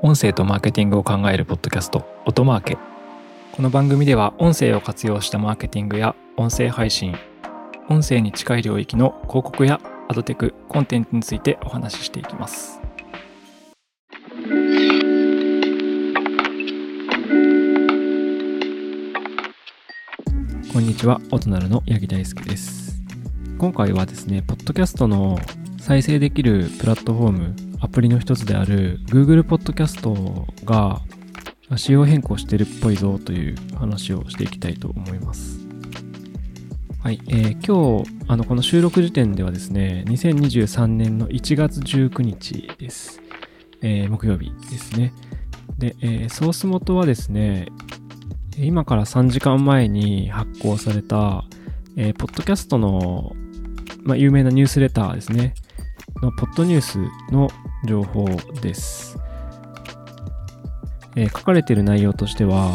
音声とマーケティングを考えるポッドキャスト音マーケ。この番組では音声を活用したマーケティングや音声配信、音声に近い領域の広告やアドテク、コンテンツについてお話ししていきます。こんにちは、音なるの八木大輔です。今回はですね、ポッドキャストの再生できるプラットフォーム、アプリの一つである Google Podcast が仕様変更してるっぽいぞという話をしていきたいと思います。はい、今日この収録時点ではですね、2023年の1月19日です。木曜日ですね。で、ソース元はですね、今から3時間前に発行された、ポッドキャストの、有名なニュースレターですねのポッドニュースの情報です。書かれている内容としては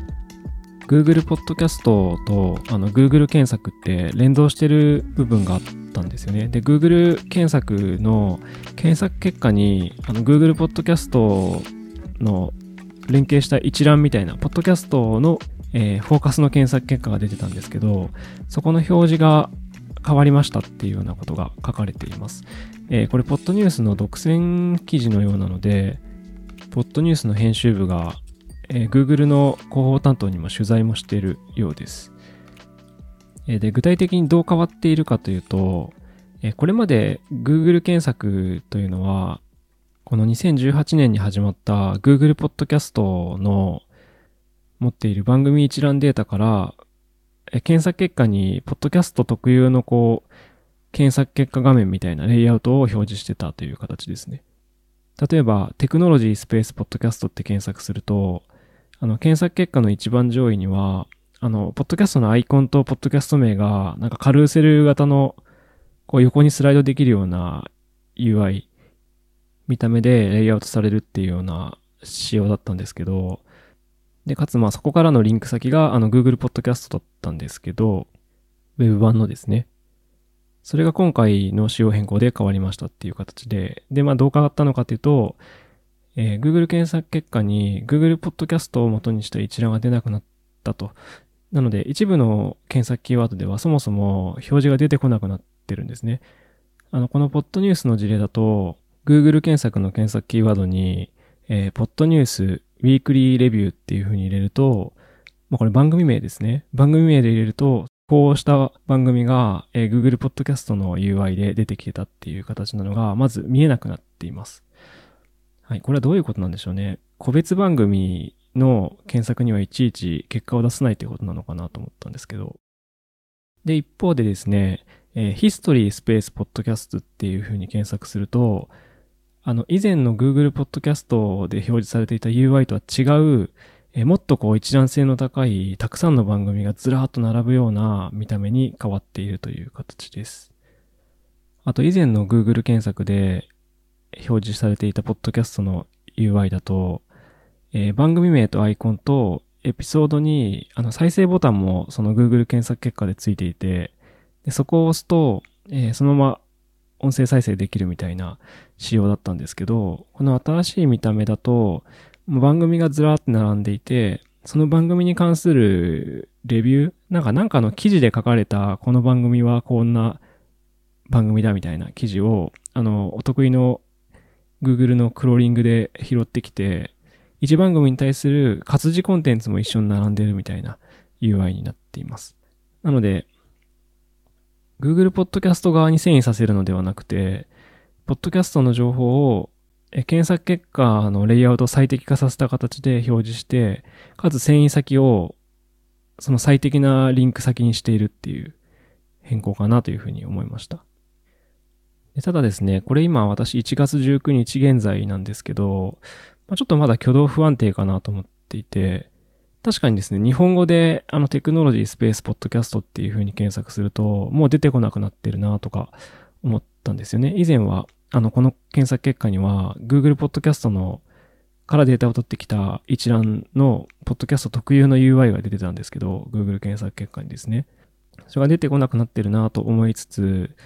Google Podcast とGoogle 検索って連動している部分があったんですよね。で Google 検索の検索結果にGoogle Podcast の連携した一覧みたいなポッドキャストの、フォーカスの検索結果が出てたんですけど、そこの表示が変わりましたっていうようなことが書かれています。これポッドニュースの独占記事のようなので、ポッドニュースの編集部が、Google の広報担当にも取材もしているようです。で、具体的にどう変わっているかというと、これまで Google 検索というのはこの2018年に始まった Google Podcast の持っている番組一覧データから検索結果にポッドキャスト特有の検索結果画面みたいなレイアウトを表示してたという形ですね。例えばテクノロジースペースポッドキャストって検索すると検索結果の一番上位にはポッドキャストのアイコンとポッドキャスト名がなんかカルーセル型の横にスライドできるような UI見た目でレイアウトされるっていうような仕様だったんですけど、で、かつそこからのリンク先がGoogle Podcast だったんですけど、ウェブ版のですね。それが今回の仕様変更で変わりましたっていう形で、で、どう変わったのかというと、Google 検索結果に Google Podcast を元にした一覧が出なくなったと。なので、一部の検索キーワードではそもそも表示が出てこなくなってるんですね。このポッドニュースの事例だと、Google 検索の検索キーワードに、ポッドニュースウィークリーレビューっていう風に入れると、これ番組名ですね。番組名で入れると、こうした番組が、Google Podcast の UI で出てきてたっていう形なのが、まず見えなくなっています。はい、これはどういうことなんでしょうね。個別番組の検索にはいちいち結果を出さないということなのかなと思ったんですけど。で、一方でですね、History Space Podcast っていう風に検索すると、以前の Google Podcast で表示されていた UI とは違う、もっと一覧性の高いたくさんの番組がずらーっと並ぶような見た目に変わっているという形です。あと以前の Google 検索で表示されていた Podcast の UI だと、番組名とアイコンとエピソードに再生ボタンもその Google 検索結果でついていて、でそこを押すと、そのまま音声再生できるみたいな仕様だったんですけど、この新しい見た目だと番組がずらーって並んでいて、その番組に関するレビューなんかの記事で書かれたこの番組はこんな番組だみたいな記事をお得意の Google のクローリングで拾ってきて、一番組に対する活字コンテンツも一緒に並んでるみたいな UI になっています。なのでGoogle Podcast 側に遷移させるのではなくて、ポッドキャストの情報を検索結果のレイアウトを最適化させた形で表示して、かつ遷移先をその最適なリンク先にしているっていう変更かなというふうに思いました。ただですね、これ今私1月19日現在なんですけど、ちょっとまだ挙動不安定かなと思っていて、確かにですね、日本語でテクノロジースペースポッドキャストっていう風に検索すると、もう出てこなくなってるなとか思ったんですよね。以前は、この検索結果には Google Podcast のからデータを取ってきた一覧のポッドキャスト特有の UI が出てたんですけど、Google 検索結果にですね。それが出てこなくなってるなと思いつ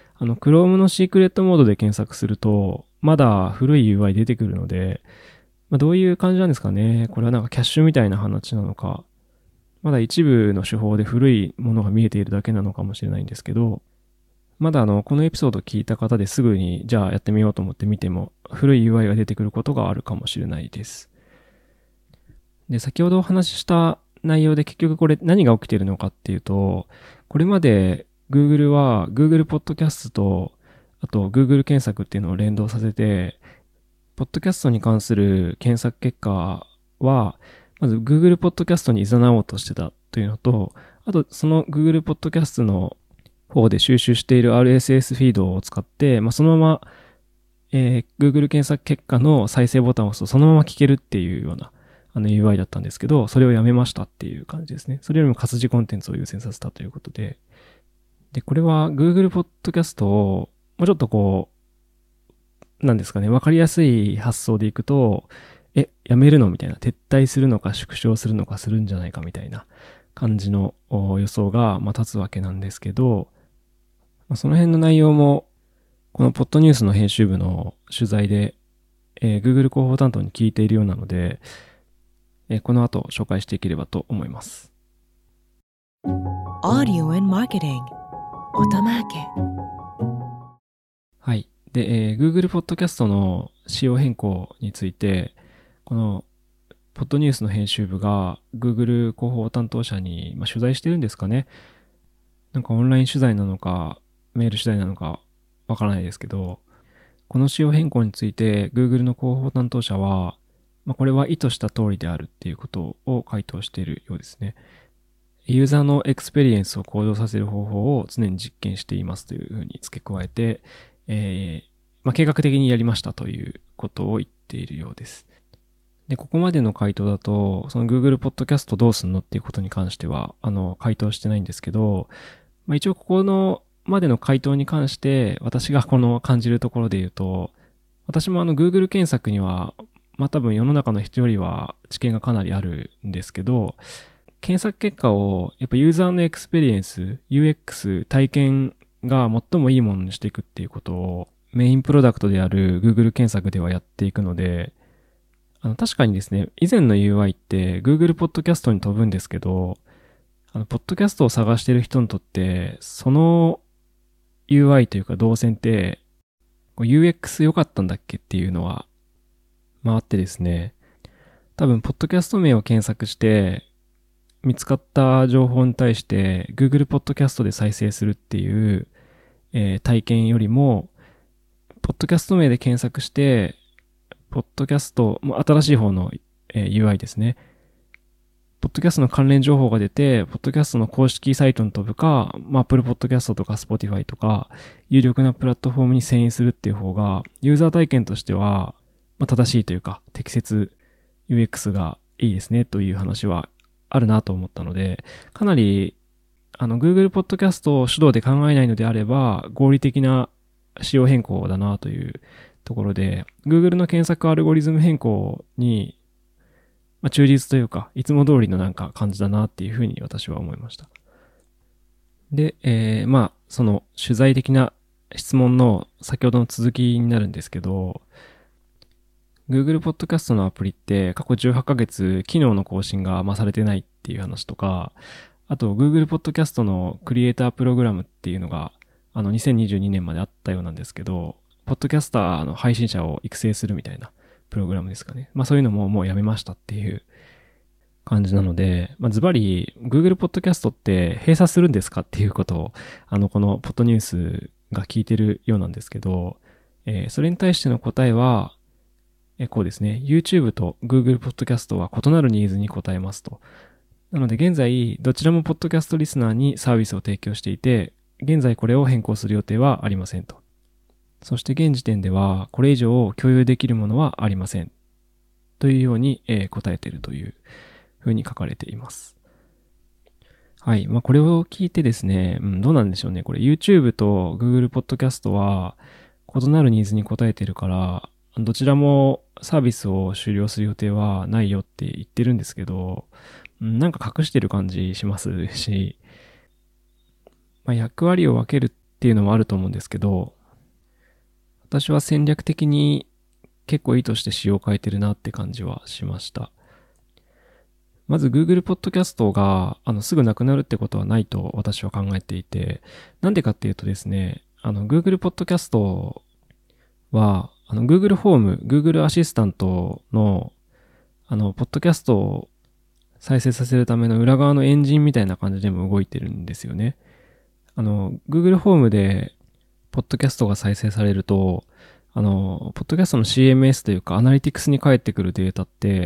つ、Chrome のシークレットモードで検索すると、まだ古い UI 出てくるので、 どういう感じなんですかね。これはなんかキャッシュみたいな話なのか、まだ一部の手法で古いものが見えているだけなのかもしれないんですけど、まだこのエピソードを聞いた方ですぐに、じゃあやってみようと思って見ても、古い UI が出てくることがあるかもしれないです。で、先ほどお話しした内容で結局これ何が起きているのかっていうと、これまで Google は Google Podcast と、あと Google 検索っていうのを連動させて、ポッドキャストに関する検索結果は、まず Google Podcast に誘おうとしてたというのと、あとその Google Podcast の方で収集している RSS フィードを使って、そのまま、Google 検索結果の再生ボタンを押すとそのまま聞けるっていうようなUI だったんですけど、それをやめましたっていう感じですね。それよりも活字コンテンツを優先させたということで。で、これは Google Podcast をもうちょっとなんですかね、わかりやすい発想でいくと、やめるのみたいな、撤退するのか縮小するのかするんじゃないかみたいな感じの予想が立つわけなんですけど、その辺の内容も、このポッドニュースの編集部の取材で、Google 広報担当に聞いているようなので、この後紹介していければと思います。 Audio and Marketing 音マーケ。 はい。で、Google Podcast の仕様変更について、このポッドニュースの編集部が Google 広報担当者に、取材してるんですかね。なんかオンライン取材なのか、メール取材なのかわからないですけど、この仕様変更について Google の広報担当者は、これは意図した通りであるっていうことを回答しているようですね。ユーザーのエクスペリエンスを向上させる方法を常に実験していますというふうに付け加えて、計画的にやりましたということを言っているようです。で、ここまでの回答だと、その Google Podcast どうすんのっていうことに関しては、回答してないんですけど、一応ここのまでの回答に関して、私がこの感じるところで言うと、私もGoogle 検索には、多分世の中の人よりは知見がかなりあるんですけど、検索結果をやっぱユーザーのエクスペリエンス、UX、体験が最もいいものにしていくっていうことをメインプロダクトである Google 検索ではやっていくので、確かにですね、以前の UI って Google Podcast に飛ぶんですけど、ポッドキャストを探している人にとって、その UI というか動線って、UX 良かったんだっけっていうのは、あってですね、多分、ポッドキャスト名を検索して、見つかった情報に対して Google Podcast で再生するっていう、体験よりも、ポッドキャスト名で検索して、ポッドキャスト、新しい方の、UI ですね。ポッドキャストの関連情報が出て、ポッドキャストの公式サイトに飛ぶか、Apple Podcast とか Spotify とか、有力なプラットフォームに遷移するっていう方が、ユーザー体験としては、正しいというか、適切 UX がいいですねという話はあるなと思ったので、かなり、Google Podcast を主導で考えないのであれば、合理的な仕様変更だなというところで、Google の検索アルゴリズム変更に、忠実というか、いつも通りのなんか感じだなっていうふうに私は思いました。で、その取材的な質問の先ほどの続きになるんですけど、Google Podcast のアプリって過去18ヶ月機能の更新がされてないっていう話とか、あと Google Podcast のクリエイタープログラムっていうのが2022年まであったようなんですけど、ポッドキャスターの配信者を育成するみたいなプログラムですかね。そういうのももうやめましたっていう感じなので、ズバリ Google Podcast って閉鎖するんですかっていうことをこのポッドニュースが聞いてるようなんですけど、それに対しての答えは、こうですね。YouTube と Google Podcast は異なるニーズに応えますと。なので現在、どちらもポッドキャストリスナーにサービスを提供していて、現在これを変更する予定はありませんと。そして現時点では、これ以上共有できるものはありません。というように、答えているというふうに書かれています。はい。これを聞いてですね、どうなんでしょうね。これ YouTube と Google Podcast は異なるニーズに応えているから、どちらもサービスを終了する予定はないよって言ってるんですけど、なんか隠してる感じしますし、役割を分けるっていうのもあると思うんですけど、私は戦略的に結構意図して仕様を変えてるなって感じはしました。まず Google Podcast がすぐなくなるってことはないと私は考えていて、なんでかっていうとですね、Google Podcast はGoogle ホーム、Google アシスタントのポッドキャストを再生させるための裏側のエンジンみたいな感じでも動いてるんですよね。Google ホームでポッドキャストが再生されると、ポッドキャストの CMS というかアナリティクスに返ってくるデータって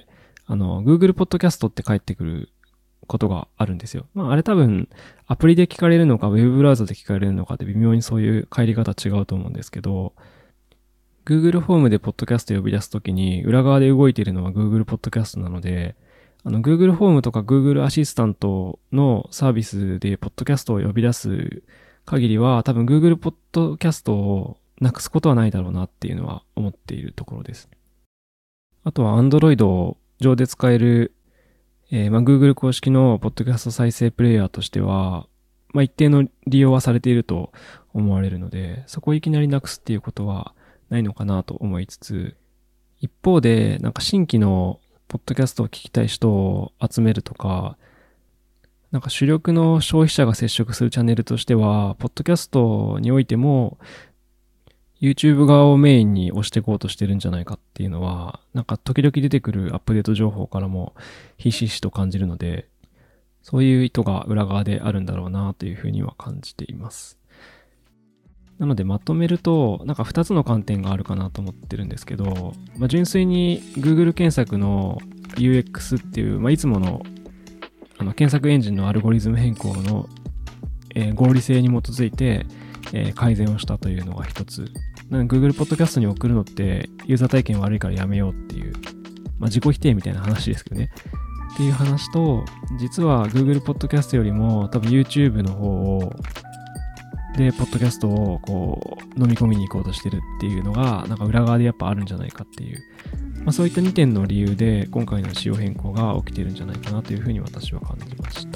、Google ポッドキャストって返ってくることがあるんですよ。あれ多分アプリで聞かれるのか、ウェブブラウザで聞かれるのかって微妙にそういう返り方違うと思うんですけど、Google ホームでポッドキャスト呼び出すときに裏側で動いているのは Google ポッドキャストなので、Google ホームとか Google アシスタントのサービスでポッドキャストを呼び出す限りは多分 Google ポッドキャストをなくすことはないだろうなっていうのは思っているところです。あとは Android 上で使える、Google 公式のポッドキャスト再生プレイヤーとしては、一定の利用はされていると思われるので、そこをいきなりなくすっていうことはないのかなと思いつつ、一方で新規のポッドキャストを聞きたい人を集めるとか、主力の消費者が接触するチャンネルとしては、ポッドキャストにおいても、YouTube 側をメインに押していこうとしてるんじゃないかっていうのは、時々出てくるアップデート情報からもひしひしと感じるので、そういう意図が裏側であるんだろうなというふうには感じています。なのでまとめると、2つの観点があるかなと思ってるんですけど、純粋に Google 検索の UX っていう、いつもの検索エンジンのアルゴリズム変更の、合理性に基づいて、改善をしたというのが一つ。Google Podcast に送るのってユーザー体験悪いからやめようっていう、自己否定みたいな話ですけどね。っていう話と、実は Google Podcast よりも多分 YouTube の方で、ポッドキャストを飲み込みに行こうとしてるっていうのが、裏側でやっぱあるんじゃないかっていう、そういった2点の理由で今回の仕様変更が起きてるんじゃないかなというふうに私は感じました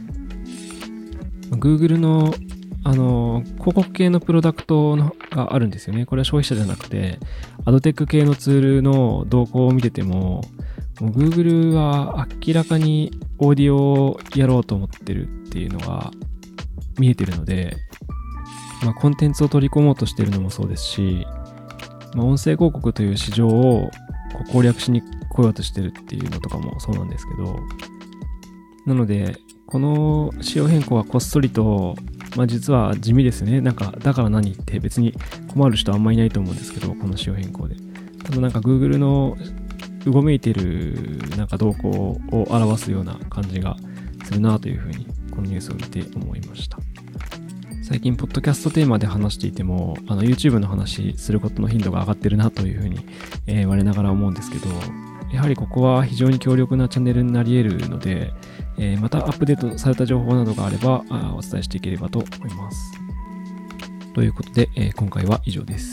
。Google の広告系のプロダクトがあるんですよね。これは消費者じゃなくて、アドテック系のツールの動向を見てても、Google は明らかにオーディオをやろうと思ってるっていうのが見えてるので、コンテンツを取り込もうとしてるのもそうですし、音声広告という市場を攻略しに来ようとしてるっていうのとかもそうなんですけど、なので、この仕様変更はこっそりと、実は地味ですね。だから何って別に困る人あんまいないと思うんですけど、この仕様変更で。ただGoogle のうごめいてる動向を表すような感じがするなというふうに、このニュースを見て思いました。最近、ポッドキャストテーマで話していても、YouTube の話することの頻度が上がってるなというふうに、我ながら思うんですけど、やはりここは非常に強力なチャンネルになり得るので、またアップデートされた情報などがあればお伝えしていければと思います。ということで、今回は以上です。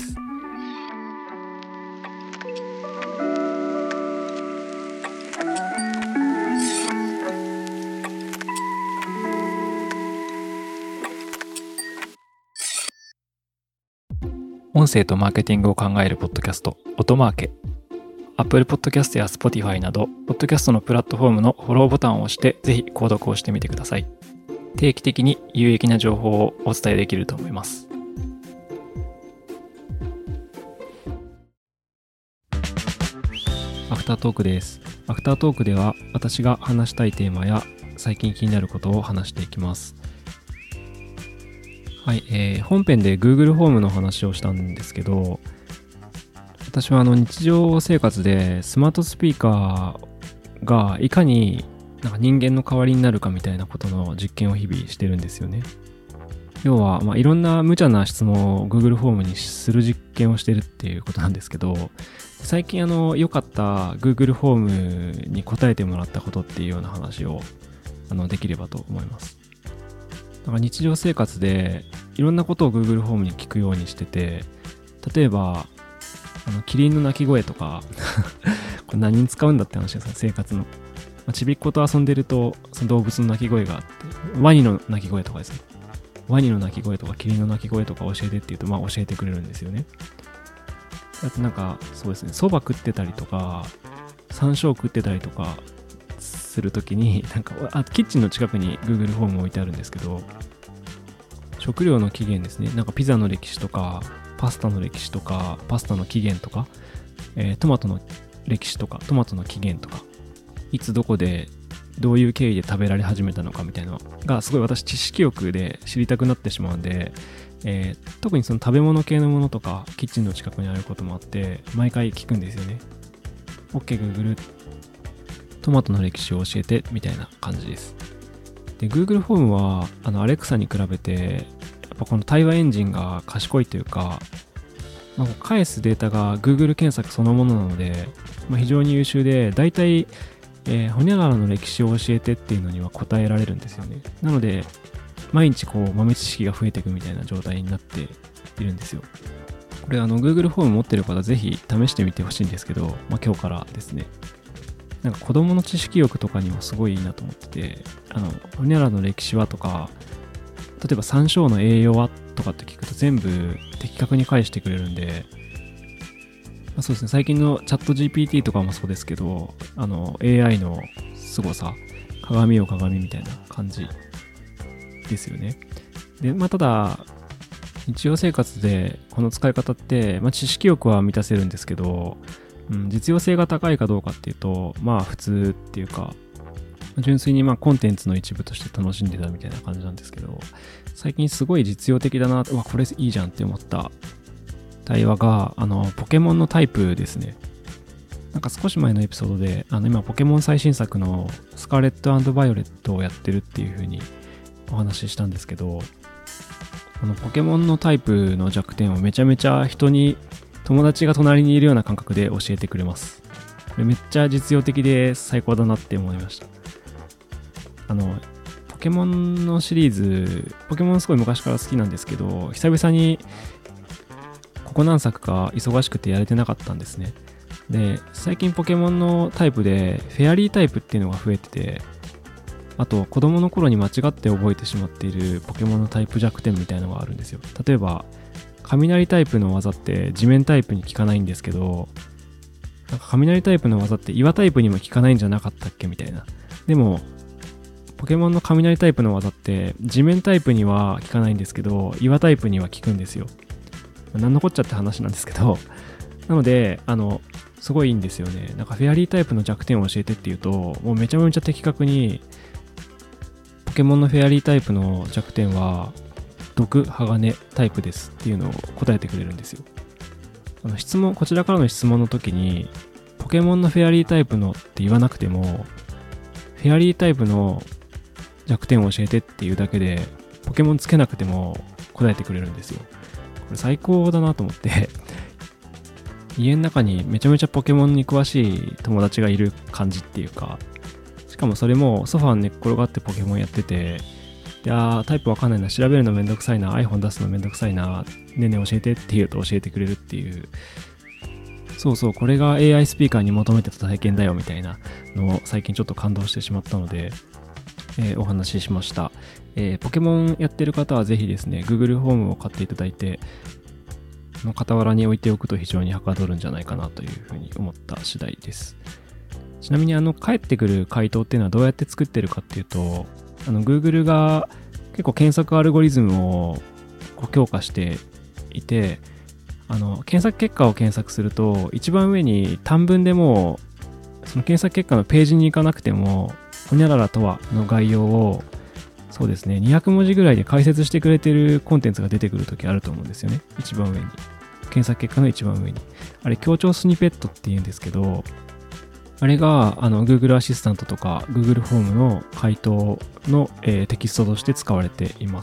音声とマーケティングを考えるポッドキャスト、音マーケ。Apple Podcast や Spotify など、ポッドキャストのプラットフォームのフォローボタンを押して、ぜひ購読をしてみてください。定期的に有益な情報をお伝えできると思います。アフタートークです。アフタートークでは、私が話したいテーマや、最近気になることを話していきます。はい、本編で Google ホームの話をしたんですけど、私は日常生活でスマートスピーカーがいかに人間の代わりになるかみたいなことの実験を日々してるんですよね。要は、いろんな無茶な質問を Google ホームにする実験をしてるっていうことなんですけど、最近良かった Google ホームに答えてもらったことっていうような話をできればと思います。日常生活でいろんなことを Google ホームに聞くようにしてて、例えばキリンの鳴き声とかこれ何に使うんだって話ですね、生活の。ちびっこと遊んでるとその動物の鳴き声があって、ワニの鳴き声とかですね。ワニの鳴き声とかキリンの鳴き声とか教えてって言うと教えてくれるんですよね。 あとなんかそうですね、蕎麦食ってたりとか山椒食ってたりとかするときになんかキッチンの近くに Google フォーム置いてあるんですけど、食料の起源ですね、なんかピザの歴史とかパスタの歴史とかパスタの起源とか、トマトの歴史とかトマトの起源とか、いつどこでどういう経緯で食べられ始めたのかみたいなのがすごい私知識欲で知りたくなってしまうんで、特にその食べ物系のものとかキッチンの近くにあることもあって毎回聞くんですよね。 OK Google トマトの歴史を教えてみたいな感じです。で Google フォームはAlexa に比べてやっぱこの対話エンジンが賢いというか、返すデータが Google 検索そのものなので、非常に優秀で、だいたいホニャララの歴史を教えてっていうのには答えられるんですよね。なので毎日こう豆知識が増えていくみたいな状態になっているんですよ。これGoogle フォーム持ってる方ぜひ試してみてほしいんですけど、今日からですね。なんか子供の知識欲とかにもすごいいいなと思ってて、ホニャララの歴史はとか、例えば山椒の栄養はとかって聞くと全部的確に返してくれるんで、そうですね、最近のチャット GPT とかもそうですけど、AI の凄さ、鏡よ鏡みたいな感じですよね。で、ただ、日常生活でこの使い方って、知識欲は満たせるんですけど、実用性が高いかどうかっていうと、普通っていうか、純粋にコンテンツの一部として楽しんでたみたいな感じなんですけど、最近すごい実用的だな、これいいじゃんって思った対話が、ポケモンのタイプですね。なんか少し前のエピソードで、今ポケモン最新作のスカーレット&バイオレットをやってるっていう風にお話ししたんですけど、このポケモンのタイプの弱点をめちゃめちゃ人に、友達が隣にいるような感覚で教えてくれます。これめっちゃ実用的で最高だなって思いました。ポケモンのシリーズ、ポケモンすごい昔から好きなんですけど、久々にここ何作か忙しくてやれてなかったんですね。で、最近ポケモンのタイプでフェアリータイプっていうのが増えてて、あと子供の頃に間違って覚えてしまっているポケモンのタイプ弱点みたいなのがあるんですよ。例えば雷タイプの技って地面タイプに効かないんですけど、なんか雷タイプの技って岩タイプにも効かないんじゃなかったっけみたいな。でもポケモンの雷タイプの技って地面タイプには効かないんですけど岩タイプには効くんですよ。なんのこっちゃって話なんですけど、なのですごいいいんですよね。なんかフェアリータイプの弱点を教えてっていうと、もうめちゃめちゃ的確にポケモンのフェアリータイプの弱点は毒鋼タイプですっていうのを答えてくれるんですよ。こちらからの質問の時にポケモンのフェアリータイプのって言わなくても、フェアリータイプの弱点を教えてっていうだけでポケモンつけなくても答えてくれるんですよ。これ最高だなと思って家の中にめちゃめちゃポケモンに詳しい友達がいる感じっていうか、しかもそれもソファーに寝っ転がってポケモンやってて、タイプわかんないな、調べるのめんどくさいな、 iPhone 出すのめんどくさいな、ねえねえ教えてって言うと教えてくれるっていう、そうそう、これが AI スピーカーに求めてた体験だよみたいなのを最近ちょっと感動してしまったので、お話ししました。ポケモンやってる方はぜひですね Google ホームを買っていただいて、の傍らに置いておくと非常にはかどるんじゃないかなというふうに思った次第です。ちなみに返ってくる回答っていうのはどうやって作ってるかっていうと、Google が結構検索アルゴリズムを強化していて、検索結果を検索すると一番上に短文でもその検索結果のページに行かなくてもホニャララとはの概要をそうですね200文字ぐらいで解説してくれてるコンテンツが出てくるときあると思うんですよね。一番上に検索結果の一番上にあれ強調スニペットって言うんですけど、あれがGoogle アシスタントとか Google フォームの回答の、テキストとして使われています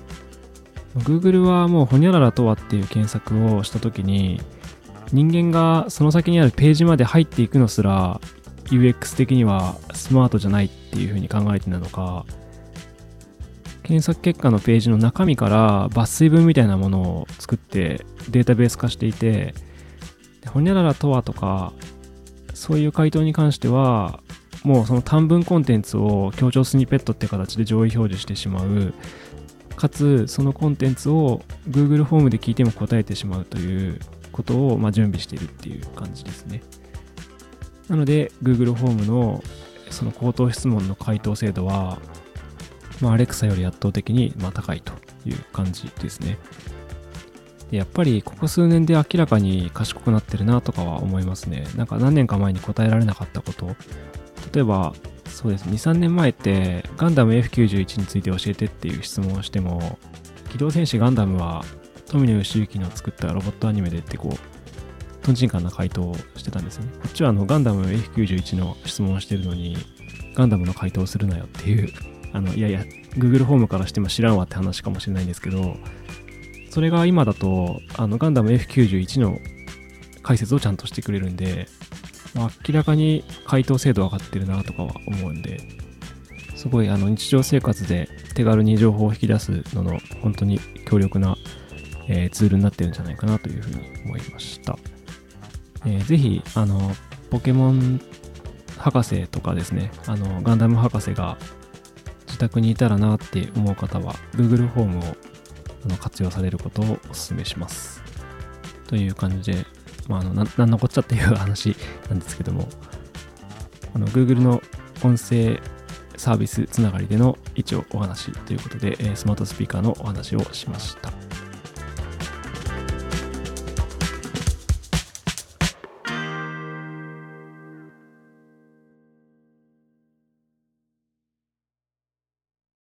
。Google はもうホニャララとはっていう検索をしたときに人間がその先にあるページまで入っていくのすら UX 的にはスマートじゃないっていうふうに考えてなのか、検索結果のページの中身から抜粋文みたいなものを作ってデータベース化していて、ホニャララとはとかそういう回答に関してはもうその短文コンテンツを強調スニペットって形で上位表示してしまう、かつそのコンテンツを Google フォームで聞いても答えてしまうということを準備しているっていう感じですね。なので Google ホームのその口頭質問の回答精度は、Alexa より圧倒的に高いという感じですね。でやっぱりここ数年で明らかに賢くなってるなとかは思いますね。なんか何年か前に答えられなかったこと、例えばそうです、2、3年前ってガンダム F91 について教えてっていう質問をしても、機動戦士ガンダムは富野義行の作ったロボットアニメでってトンチンカンな回答をしてたんですよね。こっちはガンダム F91 の質問をしてるのにガンダムの回答をするなよっていう、いやいや Google ホームからしても知らんわって話かもしれないんですけど、それが今だとガンダム F91 の解説をちゃんとしてくれるんで、明らかに回答精度上がってるなとかは思うんで、すごい日常生活で手軽に情報を引き出すのの本当に強力な、ツールになってるんじゃないかなというふうに思いました。ぜひポケモン博士とかですね、ガンダム博士が自宅にいたらなって思う方は Google ホームを活用されることをお勧めします。という感じで、なんのこっちゃっていう話なんですけども、Google の音声サービスつながりでの一応お話ということで、スマートスピーカーのお話をしました。